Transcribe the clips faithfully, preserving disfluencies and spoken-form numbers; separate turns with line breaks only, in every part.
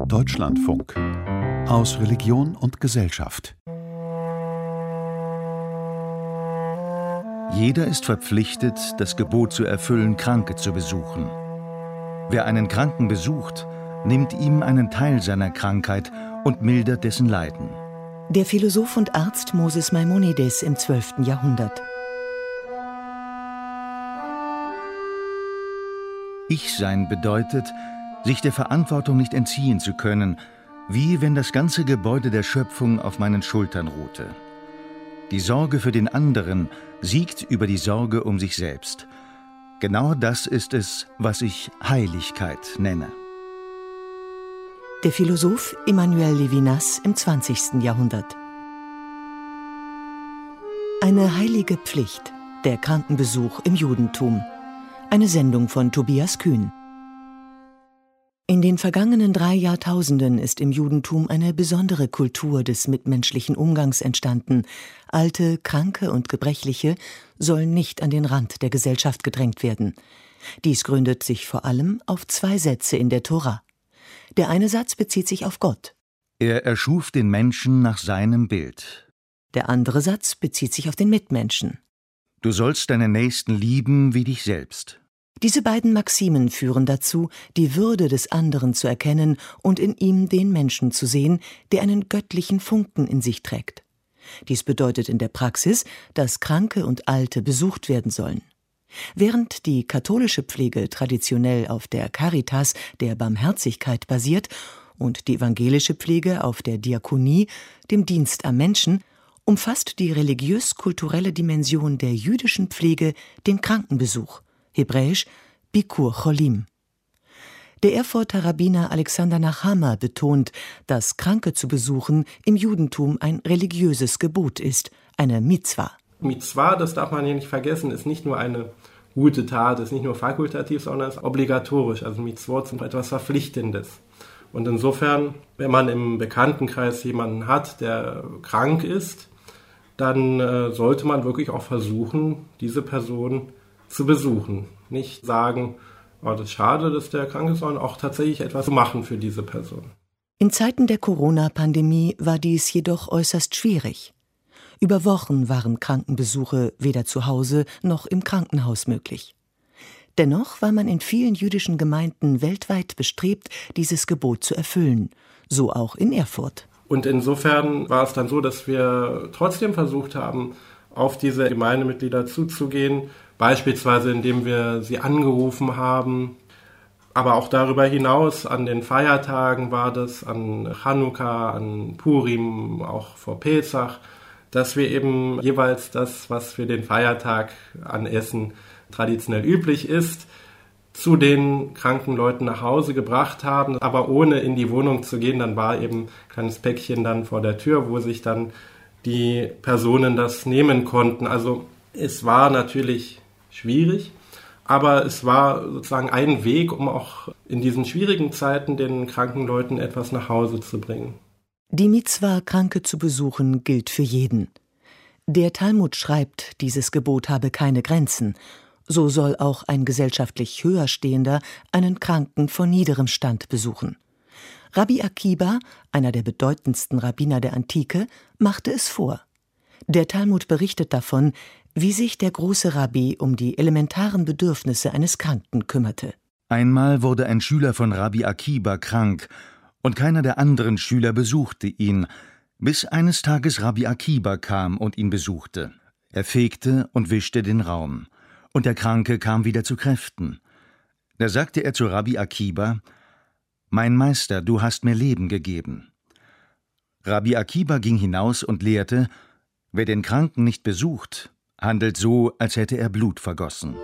Deutschlandfunk aus Religion und Gesellschaft. Jeder ist verpflichtet, das Gebot zu erfüllen, Kranke zu besuchen. Wer einen Kranken besucht, nimmt ihm einen Teil seiner Krankheit und mildert dessen Leiden.
Der Philosoph und Arzt Moses Maimonides im zwölften Jahrhundert.
Ich-Sein bedeutet, sich der Verantwortung nicht entziehen zu können, wie wenn das ganze Gebäude der Schöpfung auf meinen Schultern ruhte. Die Sorge für den anderen siegt über die Sorge um sich selbst. Genau das ist es, was ich Heiligkeit nenne.
Der Philosoph Emmanuel Levinas im zwanzigsten Jahrhundert. Eine heilige Pflicht, der Krankenbesuch im Judentum. Eine Sendung von Tobias Kühn. In den vergangenen drei Jahrtausenden ist im Judentum eine besondere Kultur des mitmenschlichen Umgangs entstanden. Alte, Kranke und Gebrechliche sollen nicht an den Rand der Gesellschaft gedrängt werden. Dies gründet sich vor allem auf zwei Sätze in der Tora. Der eine Satz bezieht sich auf Gott.
Er erschuf den Menschen nach seinem Bild.
Der andere Satz bezieht sich auf den Mitmenschen.
Du sollst deinen Nächsten lieben wie dich selbst.
Diese beiden Maximen führen dazu, die Würde des anderen zu erkennen und in ihm den Menschen zu sehen, der einen göttlichen Funken in sich trägt. Dies bedeutet in der Praxis, dass Kranke und Alte besucht werden sollen. Während die katholische Pflege traditionell auf der Caritas, der Barmherzigkeit, basiert und die evangelische Pflege auf der Diakonie, dem Dienst am Menschen, umfasst die religiös-kulturelle Dimension der jüdischen Pflege den Krankenbesuch, hebräisch Bikur Cholim. Der Erfurter Rabbiner Alexander Nachama betont, dass Kranke zu besuchen im Judentum ein religiöses Gebot ist, eine Mitzwa.
Mitzwa, das darf man hier nicht vergessen, ist nicht nur eine gute Tat, ist nicht nur fakultativ, sondern ist obligatorisch. Also Mitzvot sind etwas Verpflichtendes. Und insofern, wenn man im Bekanntenkreis jemanden hat, der krank ist, dann äh, sollte man wirklich auch versuchen, diese Person zu besuchen. Nicht sagen, oh, das ist schade, dass der krank ist, sondern auch tatsächlich etwas machen für diese Person.
In Zeiten der Corona-Pandemie war dies jedoch äußerst schwierig. Über Wochen waren Krankenbesuche weder zu Hause noch im Krankenhaus möglich. Dennoch war man in vielen jüdischen Gemeinden weltweit bestrebt, dieses Gebot zu erfüllen, so auch in Erfurt.
Und insofern war es dann so, dass wir trotzdem versucht haben, auf diese Gemeindemitglieder zuzugehen, beispielsweise indem wir sie angerufen haben, aber auch darüber hinaus an den Feiertagen war das, an Chanukka, an Purim, auch vor Pesach, dass wir eben jeweils das, was für den Feiertag an Essen traditionell üblich ist, zu den kranken Leuten nach Hause gebracht haben, aber ohne in die Wohnung zu gehen. Dann war eben ein kleines Päckchen dann vor der Tür, wo sich dann die Personen das nehmen konnten. Also es war natürlich schwierig, aber es war sozusagen ein Weg, um auch in diesen schwierigen Zeiten den kranken Leuten etwas nach Hause zu bringen.
Die Mitzwa, Kranke zu besuchen, gilt für jeden. Der Talmud schreibt, dieses Gebot habe keine Grenzen. So soll auch ein gesellschaftlich Höherstehender einen Kranken von niederem Stand besuchen. Rabbi Akiba, einer der bedeutendsten Rabbiner der Antike, machte es vor. Der Talmud berichtet davon, wie sich der große Rabbi um die elementaren Bedürfnisse eines Kranken kümmerte.
Einmal wurde ein Schüler von Rabbi Akiba krank, und keiner der anderen Schüler besuchte ihn, bis eines Tages Rabbi Akiba kam und ihn besuchte. Er fegte und wischte den Raum, und der Kranke kam wieder zu Kräften. Da sagte er zu Rabbi Akiba: »Mein Meister, du hast mir Leben gegeben.« Rabbi Akiba ging hinaus und lehrte: »Wer den Kranken nicht besucht, handelt so, als hätte er Blut vergossen.«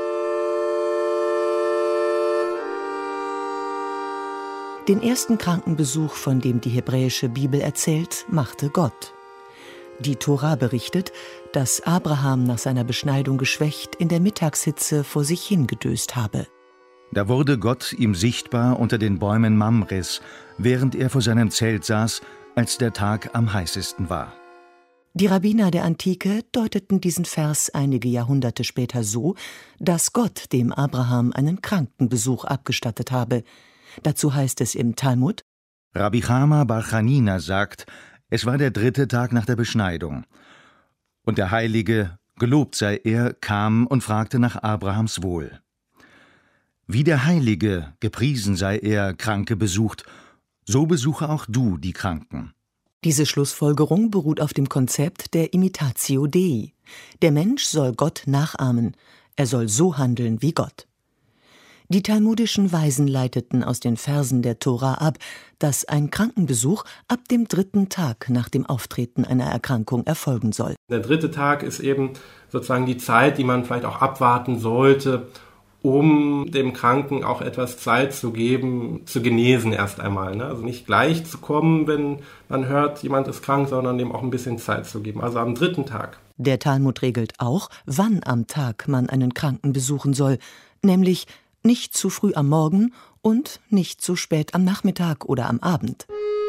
Den ersten Krankenbesuch, von dem die hebräische Bibel erzählt, machte Gott. Die Tora berichtet, dass Abraham nach seiner Beschneidung geschwächt in der Mittagshitze vor sich hingedöst habe.
Da wurde Gott ihm sichtbar unter den Bäumen Mamres, während er vor seinem Zelt saß, als der Tag am heißesten war.
Die Rabbiner der Antike deuteten diesen Vers einige Jahrhunderte später so, dass Gott dem Abraham einen Krankenbesuch abgestattet habe. Dazu heißt es im Talmud:
Rabbi Chama bar Chanina sagt, es war der dritte Tag nach der Beschneidung. Und der Heilige, gelobt sei er, kam und fragte nach Abrahams Wohl. Wie der Heilige, gepriesen sei er, Kranke besucht, so besuche auch du die Kranken.
Diese Schlussfolgerung beruht auf dem Konzept der Imitatio Dei. Der Mensch soll Gott nachahmen, er soll so handeln wie Gott. Die talmudischen Weisen leiteten aus den Versen der Tora ab, dass ein Krankenbesuch ab dem dritten Tag nach dem Auftreten einer Erkrankung erfolgen soll.
Der dritte Tag ist eben sozusagen die Zeit, die man vielleicht auch abwarten sollte, um dem Kranken auch etwas Zeit zu geben, zu genesen erst einmal. Ne? Also nicht gleich zu kommen, wenn man hört, jemand ist krank, sondern dem auch ein bisschen Zeit zu geben. Also am dritten Tag.
Der Talmud regelt auch, wann am Tag man einen Kranken besuchen soll, nämlich nicht zu früh am Morgen und nicht zu spät am Nachmittag oder am Abend.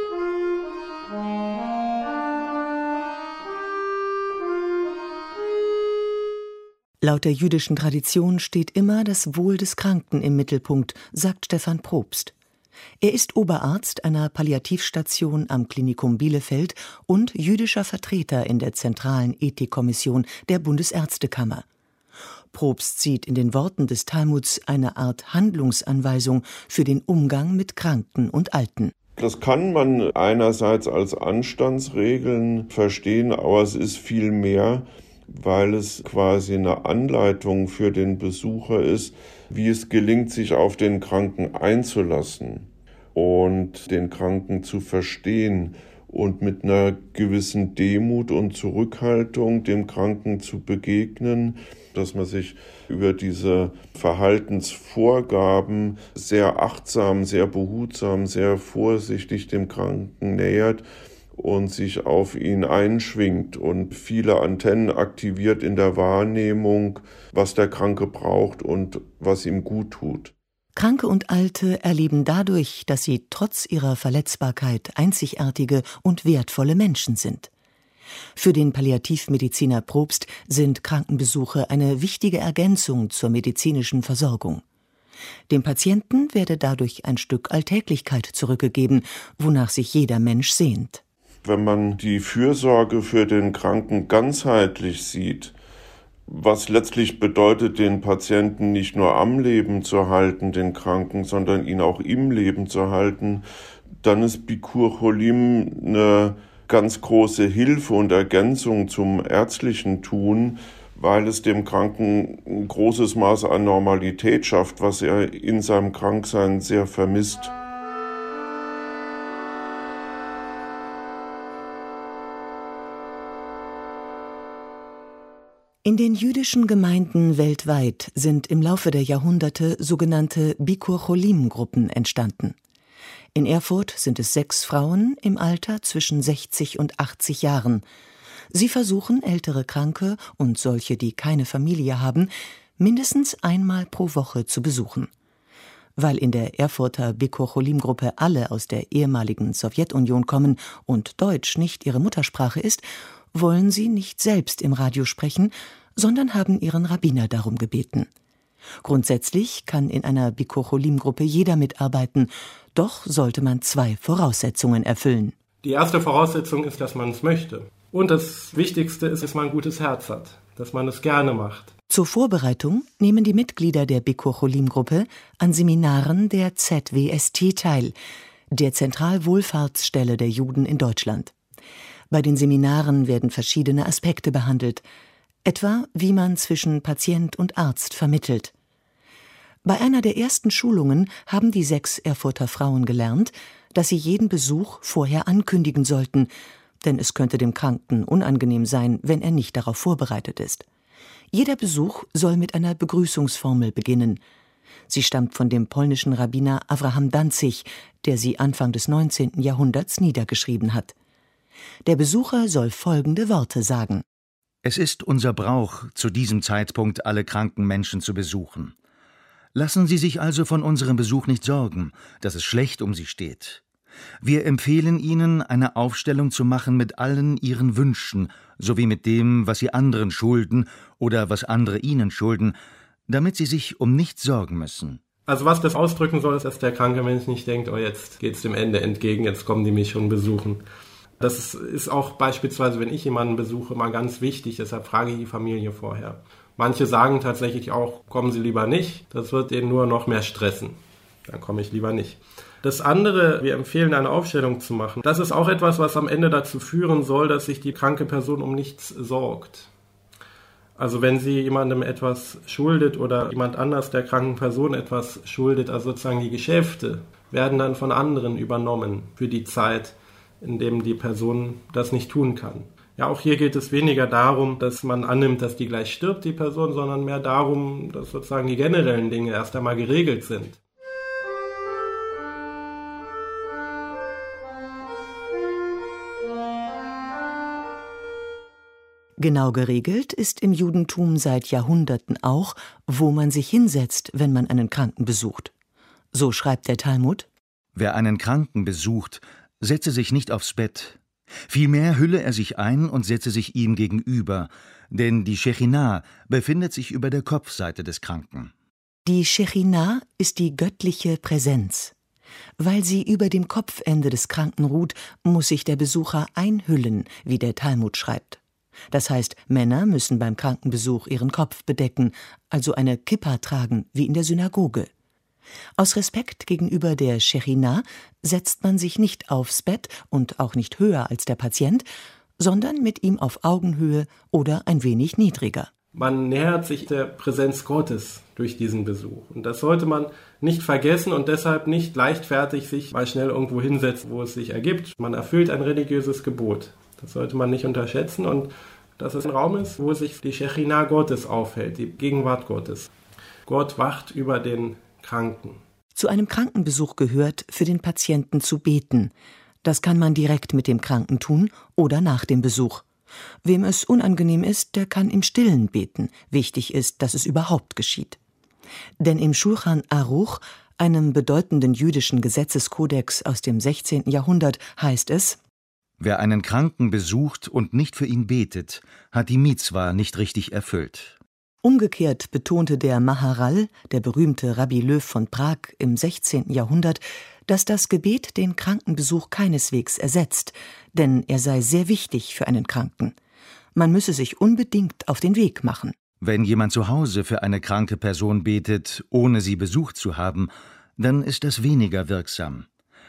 Laut der jüdischen Tradition steht immer das Wohl des Kranken im Mittelpunkt, sagt Stefan Probst. Er ist Oberarzt einer Palliativstation am Klinikum Bielefeld und jüdischer Vertreter in der zentralen Ethikkommission der Bundesärztekammer. Probst sieht in den Worten des Talmuds eine Art Handlungsanweisung für den Umgang mit Kranken und Alten.
Das kann man einerseits als Anstandsregeln verstehen, aber es ist viel mehr, weil es quasi eine Anleitung für den Besucher ist, wie es gelingt, sich auf den Kranken einzulassen und den Kranken zu verstehen und mit einer gewissen Demut und Zurückhaltung dem Kranken zu begegnen, dass man sich über diese Verhaltensvorgaben sehr achtsam, sehr behutsam, sehr vorsichtig dem Kranken nähert und sich auf ihn einschwingt und viele Antennen aktiviert in der Wahrnehmung, was der Kranke braucht und was ihm gut tut.
Kranke und Alte erleben dadurch, dass sie trotz ihrer Verletzbarkeit einzigartige und wertvolle Menschen sind. Für den Palliativmediziner Probst sind Krankenbesuche eine wichtige Ergänzung zur medizinischen Versorgung. Dem Patienten werde dadurch ein Stück Alltäglichkeit zurückgegeben, wonach sich jeder Mensch sehnt.
Wenn man die Fürsorge für den Kranken ganzheitlich sieht, was letztlich bedeutet, den Patienten nicht nur am Leben zu halten, den Kranken, sondern ihn auch im Leben zu halten, dann ist Bikur Cholim eine ganz große Hilfe und Ergänzung zum ärztlichen Tun, weil es dem Kranken ein großes Maß an Normalität schafft, was er in seinem Kranksein sehr vermisst.
In den jüdischen Gemeinden weltweit sind im Laufe der Jahrhunderte sogenannte Bikur Cholim-Gruppen entstanden. In Erfurt sind es sechs Frauen im Alter zwischen sechzig und achtzig Jahren. Sie versuchen, ältere Kranke und solche, die keine Familie haben, mindestens einmal pro Woche zu besuchen. Weil in der Erfurter Bikur Cholim-Gruppe alle aus der ehemaligen Sowjetunion kommen und Deutsch nicht ihre Muttersprache ist, wollen sie nicht selbst im Radio sprechen, sondern haben ihren Rabbiner darum gebeten. Grundsätzlich kann in einer Bikur Cholim-Gruppe jeder mitarbeiten, doch sollte man zwei Voraussetzungen erfüllen.
Die erste Voraussetzung ist, dass man es möchte. Und das Wichtigste ist, dass man ein gutes Herz hat, dass man es gerne macht.
Zur Vorbereitung nehmen die Mitglieder der Bikur Cholim-Gruppe an Seminaren der Z W S T teil, der Zentralwohlfahrtsstelle der Juden in Deutschland. Bei den Seminaren werden verschiedene Aspekte behandelt, etwa wie man zwischen Patient und Arzt vermittelt. Bei einer der ersten Schulungen haben die sechs Erfurter Frauen gelernt, dass sie jeden Besuch vorher ankündigen sollten, denn es könnte dem Kranken unangenehm sein, wenn er nicht darauf vorbereitet ist. Jeder Besuch soll mit einer Begrüßungsformel beginnen. Sie stammt von dem polnischen Rabbiner Avraham Danzig, der sie Anfang des neunzehnten Jahrhunderts niedergeschrieben hat. Der Besucher soll folgende Worte sagen:
Es ist unser Brauch, zu diesem Zeitpunkt alle kranken Menschen zu besuchen. Lassen Sie sich also von unserem Besuch nicht sorgen, dass es schlecht um Sie steht. Wir empfehlen Ihnen, eine Aufstellung zu machen mit allen Ihren Wünschen, sowie mit dem, was Sie anderen schulden oder was andere Ihnen schulden, damit Sie sich um nichts sorgen müssen.
Also was das ausdrücken soll, ist, dass der kranke Mensch nicht denkt, oh, jetzt geht's dem Ende entgegen, jetzt kommen die mich schon besuchen. Das ist auch beispielsweise, wenn ich jemanden besuche, mal ganz wichtig, deshalb frage ich die Familie vorher. Manche sagen tatsächlich auch, kommen Sie lieber nicht, das wird den nur noch mehr stressen. Dann komme ich lieber nicht. Das andere, wir empfehlen, eine Aufstellung zu machen. Das ist auch etwas, was am Ende dazu führen soll, dass sich die kranke Person um nichts sorgt. Also wenn sie jemandem etwas schuldet oder jemand anders der kranken Person etwas schuldet, also sozusagen die Geschäfte, werden dann von anderen übernommen für die Zeit, in dem die Person das nicht tun kann. Ja, auch hier geht es weniger darum, dass man annimmt, dass die gleich stirbt, die Person, sondern mehr darum, dass sozusagen die generellen Dinge erst einmal geregelt sind.
Genau geregelt ist im Judentum seit Jahrhunderten auch, wo man sich hinsetzt, wenn man einen Kranken besucht. So schreibt der Talmud:
Wer einen Kranken besucht, setze sich nicht aufs Bett. Vielmehr hülle er sich ein und setze sich ihm gegenüber, denn die Shechinah befindet sich über der Kopfseite des Kranken.
Die Shechinah ist die göttliche Präsenz. Weil sie über dem Kopfende des Kranken ruht, muss sich der Besucher einhüllen, wie der Talmud schreibt. Das heißt, Männer müssen beim Krankenbesuch ihren Kopf bedecken, also eine Kippa tragen, wie in der Synagoge. Aus Respekt gegenüber der Shechinah setzt man sich nicht aufs Bett und auch nicht höher als der Patient, sondern mit ihm auf Augenhöhe oder ein wenig niedriger.
Man nähert sich der Präsenz Gottes durch diesen Besuch. Und das sollte man nicht vergessen und deshalb nicht leichtfertig sich mal schnell irgendwo hinsetzen, wo es sich ergibt. Man erfüllt ein religiöses Gebot. Das sollte man nicht unterschätzen und dass es ein Raum ist, wo sich die Shechinah Gottes aufhält, die Gegenwart Gottes. Gott wacht über den Kranken.
Zu einem Krankenbesuch gehört, für den Patienten zu beten. Das kann man direkt mit dem Kranken tun oder nach dem Besuch. Wem es unangenehm ist, der kann im Stillen beten. Wichtig ist, dass es überhaupt geschieht. Denn im Schulchan Aruch, einem bedeutenden jüdischen Gesetzeskodex aus dem sechzehnten Jahrhundert, heißt es:
Wer einen Kranken besucht und nicht für ihn betet, hat die Mitzwa nicht richtig erfüllt.
Umgekehrt betonte der Maharal, der berühmte Rabbi Löw von Prag im sechzehnten Jahrhundert, dass das Gebet den Krankenbesuch keineswegs ersetzt, denn er sei sehr wichtig für einen Kranken. Man müsse sich unbedingt auf den Weg machen.
Wenn jemand zu Hause für eine kranke Person betet, ohne sie besucht zu haben, dann ist das weniger wirksam.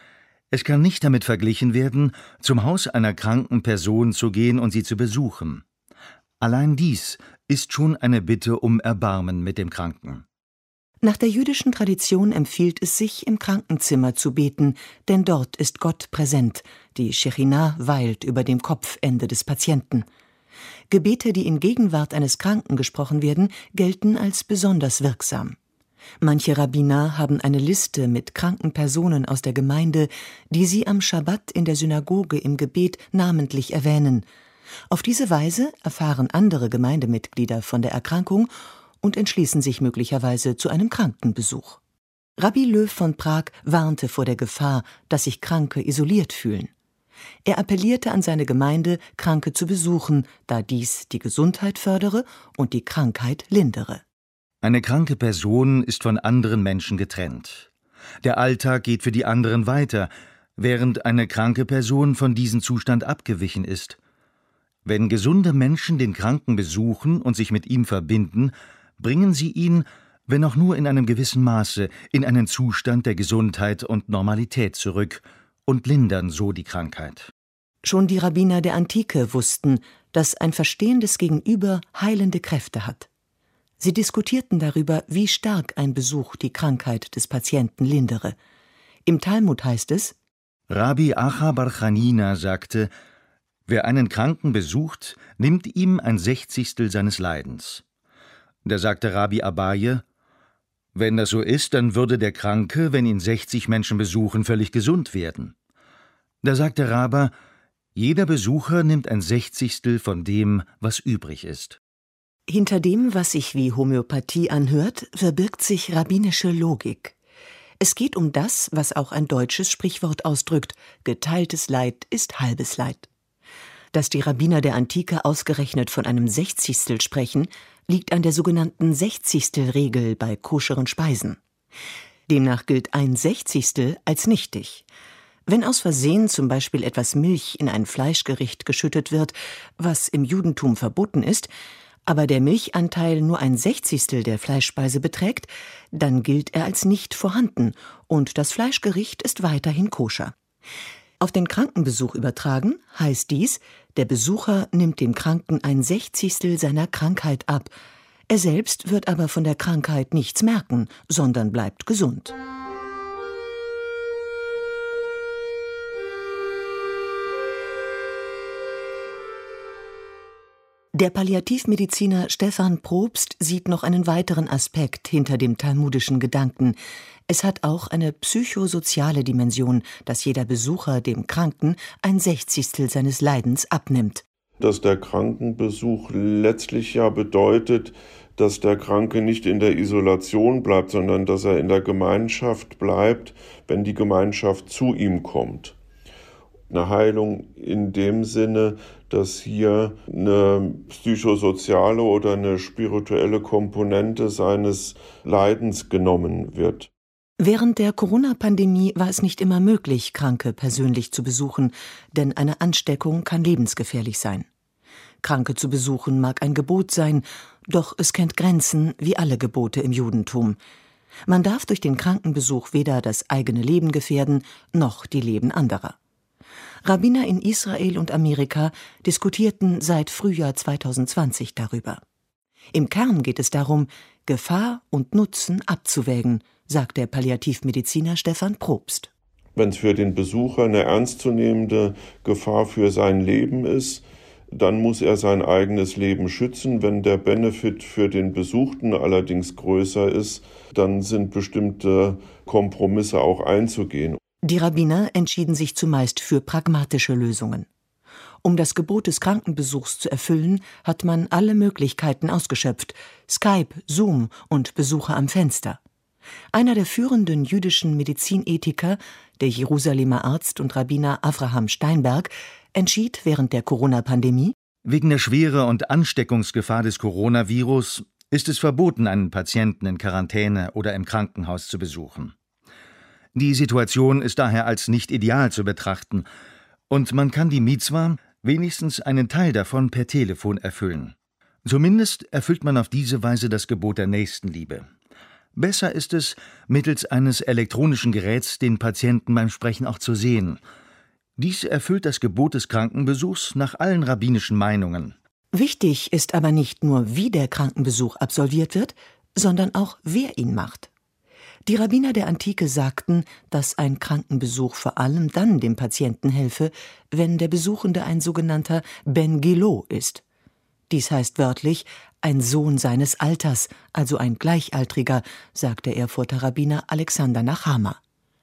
Es kann nicht damit verglichen werden, zum Haus einer kranken Person zu gehen und sie zu besuchen. Allein dies ist schon eine Bitte um Erbarmen mit dem Kranken.
Nach der jüdischen Tradition empfiehlt es sich, im Krankenzimmer zu beten, denn dort ist Gott präsent, die Shechinah weilt über dem Kopfende des Patienten. Gebete, die in Gegenwart eines Kranken gesprochen werden, gelten als besonders wirksam. Manche Rabbiner haben eine Liste mit kranken Personen aus der Gemeinde, die sie am Schabbat in der Synagoge im Gebet namentlich erwähnen. Auf diese Weise erfahren andere Gemeindemitglieder von der Erkrankung und entschließen sich möglicherweise zu einem Krankenbesuch. Rabbi Löw von Prag warnte vor der Gefahr, dass sich Kranke isoliert fühlen. Er appellierte an seine Gemeinde, Kranke zu besuchen, da dies die Gesundheit fördere und die Krankheit lindere.
Eine kranke Person ist von anderen Menschen getrennt. Der Alltag geht für die anderen weiter, während eine kranke Person von diesem Zustand abgewichen ist. Wenn gesunde Menschen den Kranken besuchen und sich mit ihm verbinden, bringen sie ihn, wenn auch nur in einem gewissen Maße, in einen Zustand der Gesundheit und Normalität zurück und lindern so die Krankheit.
Schon die Rabbiner der Antike wussten, dass ein verstehendes Gegenüber heilende Kräfte hat. Sie diskutierten darüber, wie stark ein Besuch die Krankheit des Patienten lindere. Im Talmud heißt es:
Rabbi Acha bar Chanina sagte, wer einen Kranken besucht, nimmt ihm ein Sechzigstel seines Leidens. Da sagte Rabbi Abaye, wenn das so ist, dann würde der Kranke, wenn ihn sechzig Menschen besuchen, völlig gesund werden. Da sagte Raba, jeder Besucher nimmt ein Sechzigstel von dem, was übrig ist.
Hinter dem, was sich wie Homöopathie anhört, verbirgt sich rabbinische Logik. Es geht um das, was auch ein deutsches Sprichwort ausdrückt: geteiltes Leid ist halbes Leid. Dass die Rabbiner der Antike ausgerechnet von einem Sechzigstel sprechen, liegt an der sogenannten Sechzigstelregel bei koscheren Speisen. Demnach gilt ein Sechzigstel als nichtig. Wenn aus Versehen zum Beispiel etwas Milch in ein Fleischgericht geschüttet wird, was im Judentum verboten ist, aber der Milchanteil nur ein Sechzigstel der Fleischspeise beträgt, dann gilt er als nicht vorhanden und das Fleischgericht ist weiterhin koscher. Auf den Krankenbesuch übertragen heißt dies, der Besucher nimmt dem Kranken ein Sechzigstel seiner Krankheit ab. Er selbst wird aber von der Krankheit nichts merken, sondern bleibt gesund. Der Palliativmediziner Stefan Probst sieht noch einen weiteren Aspekt hinter dem talmudischen Gedanken. Es hat auch eine psychosoziale Dimension, dass jeder Besucher dem Kranken ein Sechzigstel seines Leidens abnimmt.
Dass der Krankenbesuch letztlich ja bedeutet, dass der Kranke nicht in der Isolation bleibt, sondern dass er in der Gemeinschaft bleibt, wenn die Gemeinschaft zu ihm kommt. Eine Heilung in dem Sinne, dass hier eine psychosoziale oder eine spirituelle Komponente seines Leidens genommen wird.
Während der Corona-Pandemie war es nicht immer möglich, Kranke persönlich zu besuchen, denn eine Ansteckung kann lebensgefährlich sein. Kranke zu besuchen mag ein Gebot sein, doch es kennt Grenzen wie alle Gebote im Judentum. Man darf durch den Krankenbesuch weder das eigene Leben gefährden, noch die Leben anderer. Rabbiner in Israel und Amerika diskutierten seit Frühjahr zweitausendzwanzig darüber. Im Kern geht es darum, Gefahr und Nutzen abzuwägen, sagt der Palliativmediziner Stefan Probst.
Wenn es für den Besucher eine ernstzunehmende Gefahr für sein Leben ist, dann muss er sein eigenes Leben schützen. Wenn der Benefit für den Besuchten allerdings größer ist, dann sind bestimmte Kompromisse auch einzugehen.
Die Rabbiner entschieden sich zumeist für pragmatische Lösungen. Um das Gebot des Krankenbesuchs zu erfüllen, hat man alle Möglichkeiten ausgeschöpft: Skype, Zoom und Besuche am Fenster. Einer der führenden jüdischen Medizinethiker, der Jerusalemer Arzt und Rabbiner Avraham Steinberg, entschied während der Corona-Pandemie:
Wegen der Schwere und Ansteckungsgefahr des Coronavirus ist es verboten, einen Patienten in Quarantäne oder im Krankenhaus zu besuchen. Die Situation ist daher als nicht ideal zu betrachten und man kann die Mitzwa, wenigstens einen Teil davon, per Telefon erfüllen. Zumindest erfüllt man auf diese Weise das Gebot der Nächstenliebe. Besser ist es, mittels eines elektronischen Geräts den Patienten beim Sprechen auch zu sehen. Dies erfüllt das Gebot des Krankenbesuchs nach allen rabbinischen Meinungen.
Wichtig ist aber nicht nur, wie der Krankenbesuch absolviert wird, sondern auch, wer ihn macht. Die Rabbiner der Antike sagten, dass ein Krankenbesuch vor allem dann dem Patienten helfe, wenn der Besuchende ein sogenannter Ben Gilo ist. Dies heißt wörtlich ein Sohn seines Alters, also ein Gleichaltriger, sagt der Erfurter Rabbiner Alexander Nachama.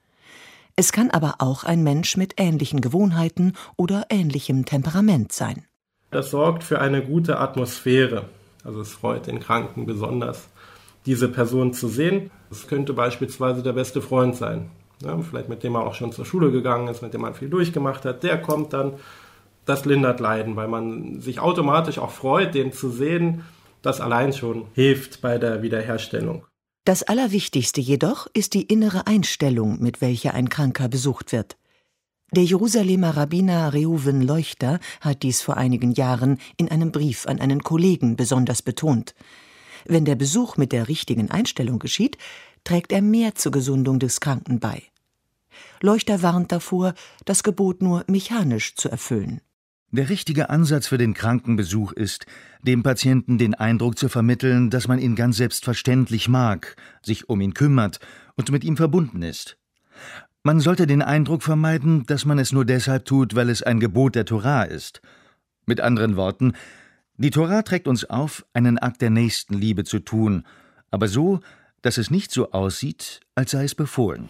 Es kann aber auch ein Mensch mit ähnlichen Gewohnheiten oder ähnlichem Temperament sein.
Das sorgt für eine gute Atmosphäre. Also es freut den Kranken besonders, diese Person zu sehen. Es könnte beispielsweise der beste Freund sein, ja, vielleicht mit dem er auch schon zur Schule gegangen ist, mit dem man viel durchgemacht hat. Der kommt dann, das lindert Leiden, weil man sich automatisch auch freut, den zu sehen. Das allein schon hilft bei der Wiederherstellung.
Das Allerwichtigste jedoch ist die innere Einstellung, mit welcher ein Kranker besucht wird. Der Jerusalemer Rabbiner Reuven Leuchter hat dies vor einigen Jahren in einem Brief an einen Kollegen besonders betont. Wenn der Besuch mit der richtigen Einstellung geschieht, trägt er mehr zur Gesundung des Kranken bei. Leuchter warnt davor, das Gebot nur mechanisch zu erfüllen.
Der richtige Ansatz für den Krankenbesuch ist, dem Patienten den Eindruck zu vermitteln, dass man ihn ganz selbstverständlich mag, sich um ihn kümmert und mit ihm verbunden ist. Man sollte den Eindruck vermeiden, dass man es nur deshalb tut, weil es ein Gebot der Torah ist. Mit anderen Worten, die Torah trägt uns auf, einen Akt der Nächstenliebe zu tun, aber so, dass es nicht so aussieht, als sei es befohlen.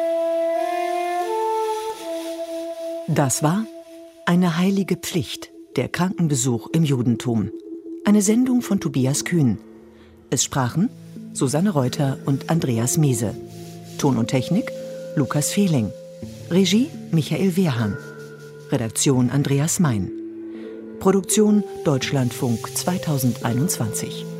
Das war Eine heilige Pflicht, der Krankenbesuch im Judentum. Eine Sendung von Tobias Kühn. Es sprachen Susanne Reuter und Andreas Mese. Ton und Technik Lukas Fehling. Regie Michael Wehrhahn. Redaktion Andreas Mein. Produktion Deutschlandfunk zweitausendeinundzwanzig.